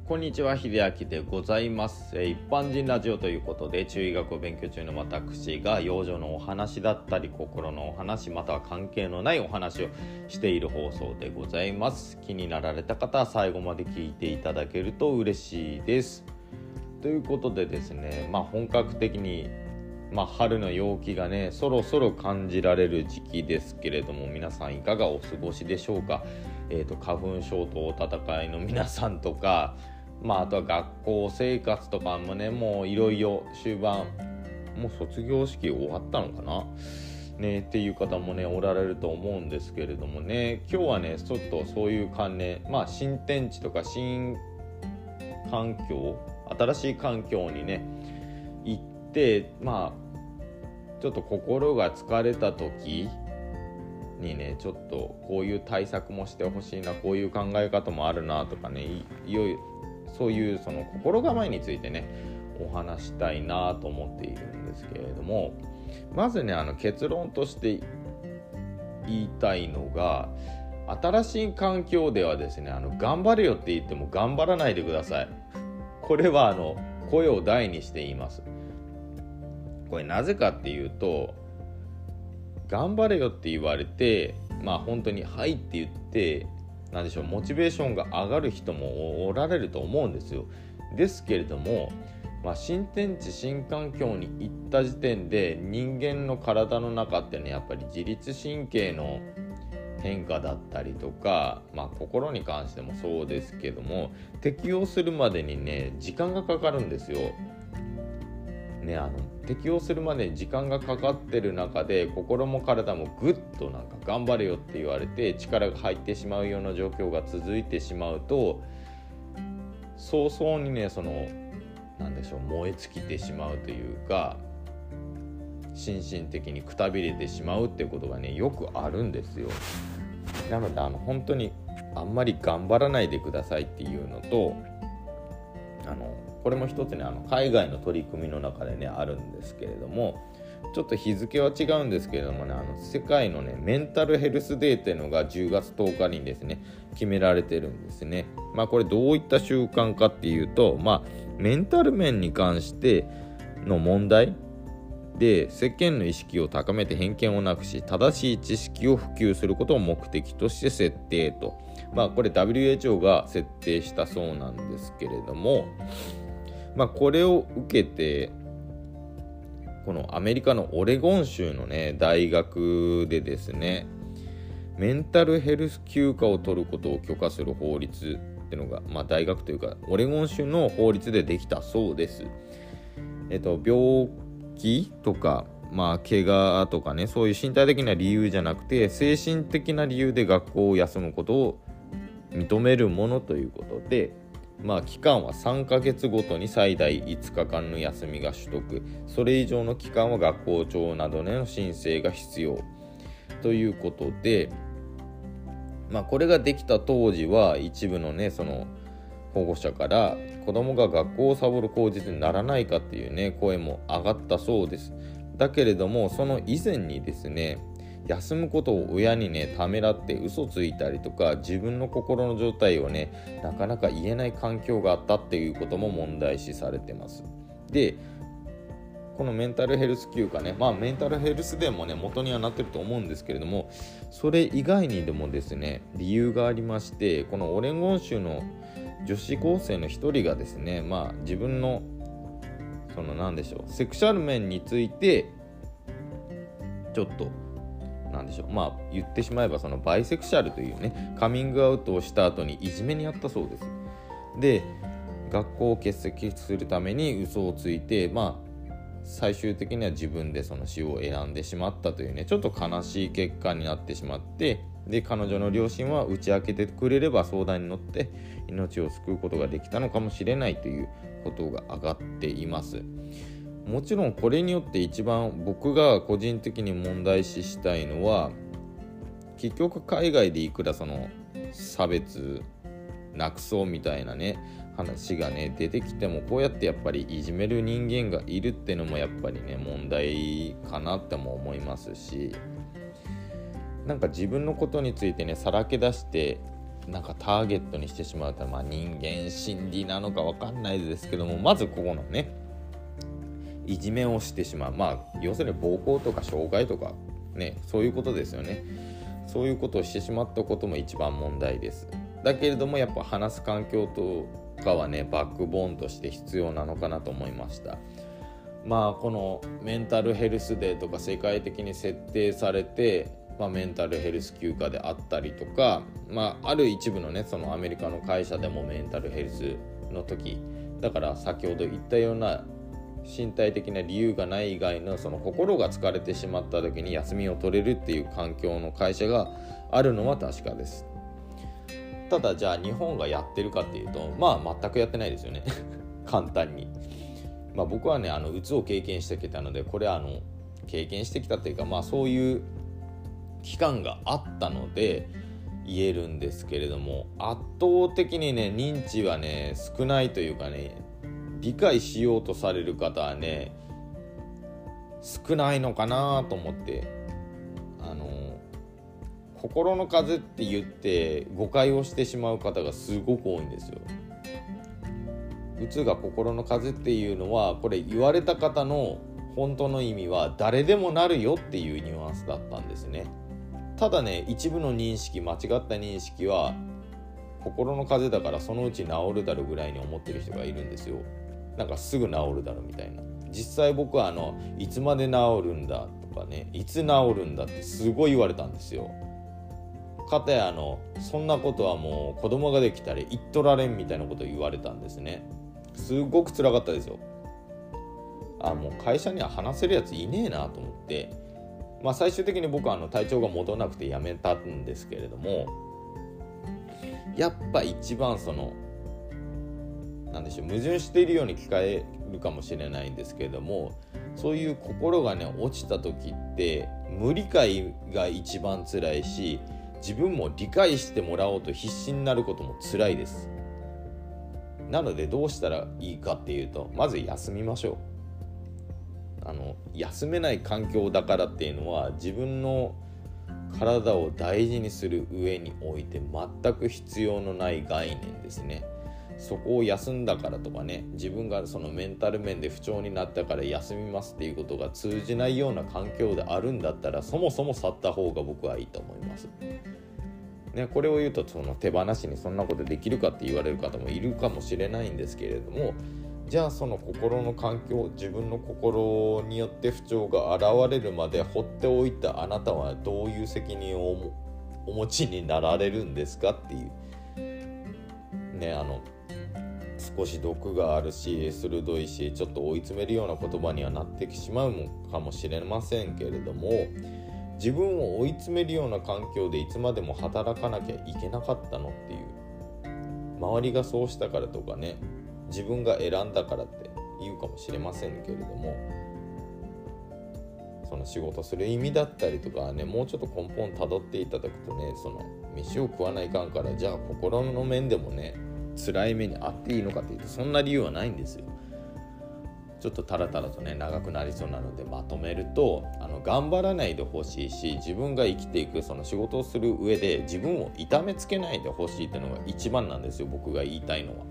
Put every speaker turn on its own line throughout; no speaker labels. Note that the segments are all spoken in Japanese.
こんにちは、秀明でございます。一般人ラジオということで、中医学を勉強中の私が養生のお話だったり、心のお話、または関係のないお話をしている放送でございます。気になられた方は最後まで聞いていただけると嬉しいです。ということでですね、本格的に春の陽気がね、そろそろ感じられる時期ですけれども、皆さんいかがお過ごしでしょうか。花粉症とお戦いの皆さんとか、あとは学校生活とかもね、もういよいよ終盤、もう卒業式終わったのかなねっていう方もねおられると思うんですけれどもね、今日はねちょっとそういう関連、新天地とか新環境、新しい環境にね行って、ちょっと心が疲れた時にね、ちょっとこういう対策もしてほしいな、こういう考え方もあるなとかね、いよいよそういうその心構えについてねお話したいなと思っているんですけれども、まずね結論として言いたいのが、新しい環境ではですね、頑張れよって言っても頑張らないでください。これは声を大にして言います。これなぜかっていうと、頑張れよって言われて本当にはいって言ってモチベーションが上がる人もおられると思うんですよ。ですけれども、新天地新環境に行った時点で人間の体の中ってね、やっぱり自律神経の変化だったりとか、心に関してもそうですけども、適応するまでにね時間がかかるんですよ。適応するまでに時間がかかってる中で、心も体もぐっと頑張れよって言われて力が入ってしまうような状況が続いてしまうと、早々にね燃え尽きてしまうというか、心身的にくたびれてしまうっていうことがねよくあるんですよ。なので本当にあんまり頑張らないでくださいっていうのと、これも一つね海外の取り組みの中でねあるんですけれども、ちょっと日付は違うんですけれどもね、世界のねメンタルヘルスデーっていうのが10月10日にですね決められてるんですね。これどういった習慣かっていうと、メンタル面に関しての問題で世間の意識を高めて偏見をなくし、正しい知識を普及することを目的として設定と、これ WHO が設定したそうなんですけれども、これを受けてこのアメリカのオレゴン州のね大学でですね、メンタルヘルス休暇を取ることを許可する法律っていうのが、大学というかオレゴン州の法律でできたそうです。病気とか怪我とかね、そういう身体的な理由じゃなくて精神的な理由で学校を休むことを認めるものということで、期間は3ヶ月ごとに最大5日間の休みが取得、それ以上の期間は学校長などへの申請が必要ということで、これができた当時は一部のねその保護者から子供が学校をサボる口実にならないかっていうね声も上がったそうです。だけれどもその以前にですね、休むことを親にねためらって嘘ついたりとか、自分の心の状態をねなかなか言えない環境があったっていうことも問題視されてます。で、このメンタルヘルス休暇ね、メンタルヘルスデーもね元にはなってると思うんですけれども、それ以外にでもですね理由がありまして、このオレゴン州の女子高生の一人がですね、自分のセクシャル面についてちょっと言ってしまえばそのバイセクシャルというねカミングアウトをした後にいじめにあったそうです。で、学校を欠席するために嘘をついて、最終的には自分でその死を選んでしまったというね、ちょっと悲しい結果になってしまって、で彼女の両親は打ち明けてくれれば相談に乗って命を救うことができたのかもしれないということが上がっています。もちろんこれによって一番僕が個人的に問題視したいのは、結局海外でいくらその差別なくそうみたいなね話がね出てきても、こうやってやっぱりいじめる人間がいるっていうのもやっぱりね問題かなっても思いますし、自分のことについてねさらけ出してなんかターゲットにしてしまうと、人間心理なのか分かんないですけども、まずここのねいじめをしてしまう、要するに暴行とか傷害とかね、そういうことですよね。そういうことをしてしまったことも一番問題です。だけれどもやっぱ話す環境とかはねバックボーンとして必要なのかなと思いました。このメンタルヘルスデーとか世界的に設定されて、メンタルヘルス休暇であったりとか、ある一部のねそのアメリカの会社でもメンタルヘルスの時だから、先ほど言ったような身体的な理由がない以外のその心が疲れてしまった時に休みを取れるっていう環境の会社があるのは確かです。ただじゃあ日本がやってるかっていうと全くやってないですよね簡単に。僕はねうつを経験してきたので、これは経験してきたっていうかそういう期間があったので言えるんですけれども、圧倒的にね認知はね少ないというかね、理解しようとされる方はね少ないのかなと思って、心の風邪って言って誤解をしてしまう方がすごく多いんですよ。うつが心の風邪っていうのは、これ言われた方の本当の意味は誰でもなるよっていうニュアンスだったんですね。ただね一部の認識、間違った認識は心の風邪だからそのうち治るだろうぐらいに思ってる人がいるんですよ。なんかすぐ治るだろうみたいな。実際僕はいつまで治るんだとかね、いつ治るんだってすごい言われたんですよ。かたやそんなことはもう子供ができたら言っとられんみたいなことを言われたんですね。すごく辛かったですよ。もう会社には話せるやついねえなと思って、最終的に僕は体調が戻らなくて辞めたんですけれども、やっぱ一番なんでしょう、矛盾しているように聞かれるかもしれないんですけれども、そういう心がね落ちた時って無理解が一番辛いし、自分も理解してもらおうと必死になることも辛いです。なのでどうしたらいいかっていうと、まず休みましょう。休めない環境だからっていうのは自分の体を大事にする上において全く必要のない概念ですね。そこを休んだからとかね、自分がそのメンタル面で不調になったから休みますっていうことが通じないような環境であるんだったら、そもそも去った方が僕はいいと思いますね。これを言うと手放しにそんなことできるかって言われる方もいるかもしれないんですけれども、じゃあその心の環境、自分の心によって不調が現れるまで放っておいたあなたはどういう責任をお持ちになられるんですかっていうね。少し毒があるし鋭いしちょっと追い詰めるような言葉にはなってしまうのかもしれませんけれども、自分を追い詰めるような環境でいつまでも働かなきゃいけなかったのっていう、周りがそうしたからとかね、自分が選んだからって言うかもしれませんけれども、その仕事する意味だったりとかね、もうちょっと根本たどっていただくとね、飯を食わないかんからじゃあ心の面でもね辛い目にあっていいのかっていうと、そんな理由はないんですよ。ちょっとタラタラとね長くなりそうなのでまとめると、頑張らないでほしいし、自分が生きていくその仕事をする上で自分を痛めつけないでほしいっていうのが一番なんですよ、僕が言いたいのは。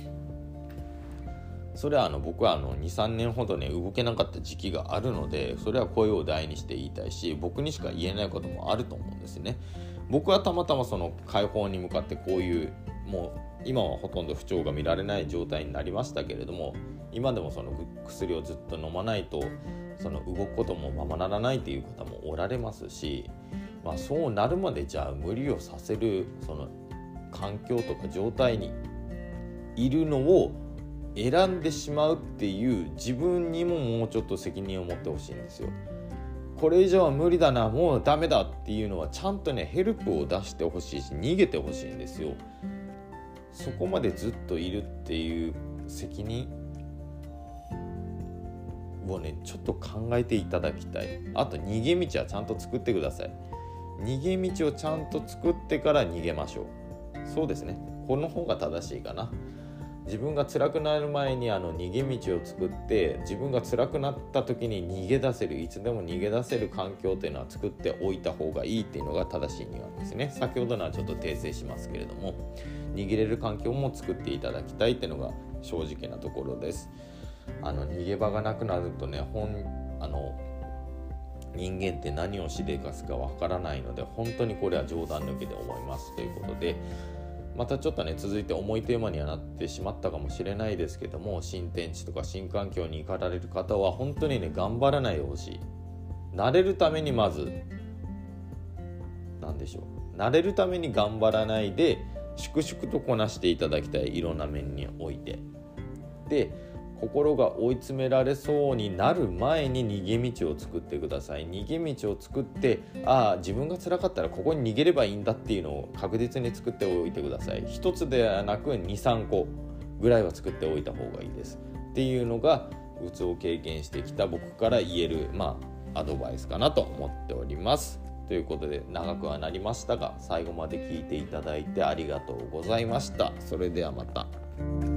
それは僕は2、3年ほどね動けなかった時期があるので、それは声を大にして言いたいし、僕にしか言えないこともあると思うんですね。僕はたまたまその解放に向かってこういう、もう今はほとんど不調が見られない状態になりましたけれども、今でもその薬をずっと飲まないと動くこともままならないという方もおられますし、そうなるまでじゃあ無理をさせる環境とか状態にいるのを選んでしまうっていう自分にももうちょっと責任を持ってほしいんですよ。これ以上は無理だな、もうダメだっていうのはちゃんとねヘルプを出してほしいし、逃げてほしいんですよ。そこまでずっといるっていう責任をねちょっと考えていただきたい。あと逃げ道はちゃんと作ってください。逃げ道をちゃんと作ってから逃げましょう。そうですね、この方が正しいかな。 自分が辛くなる前に逃げ道を作って、自分が辛くなった時に逃げ出せる、いつでも逃げ出せる環境っていうのは作っておいた方がいいっていうのが正しいニュアンスですね。先ほどのはちょっと訂正しますけれども、逃げれる環境も作っていただきたいっていうのが正直なところです。逃げ場がなくなるとね、人間って何をしでかすかわからないので、本当にこれは冗談抜きで思いますということで、またちょっとね続いて重いテーマにはなってしまったかもしれないですけども、新天地とか新環境に行かれる方は本当にね頑張らないでほしい。慣れるためにまず慣れるために頑張らないで粛々とこなしていただきたい、いろんな面において。で、心が追い詰められそうになる前に逃げ道を作ってください。逃げ道を作って、自分が辛かったらここに逃げればいいんだっていうのを確実に作っておいてください。一つではなく 2,3 個ぐらいは作っておいた方がいいですっていうのが、うつを経験してきた僕から言えるアドバイスかなと思っております。ということで長くはなりましたが、最後まで聞いていただいてありがとうございました。それではまた。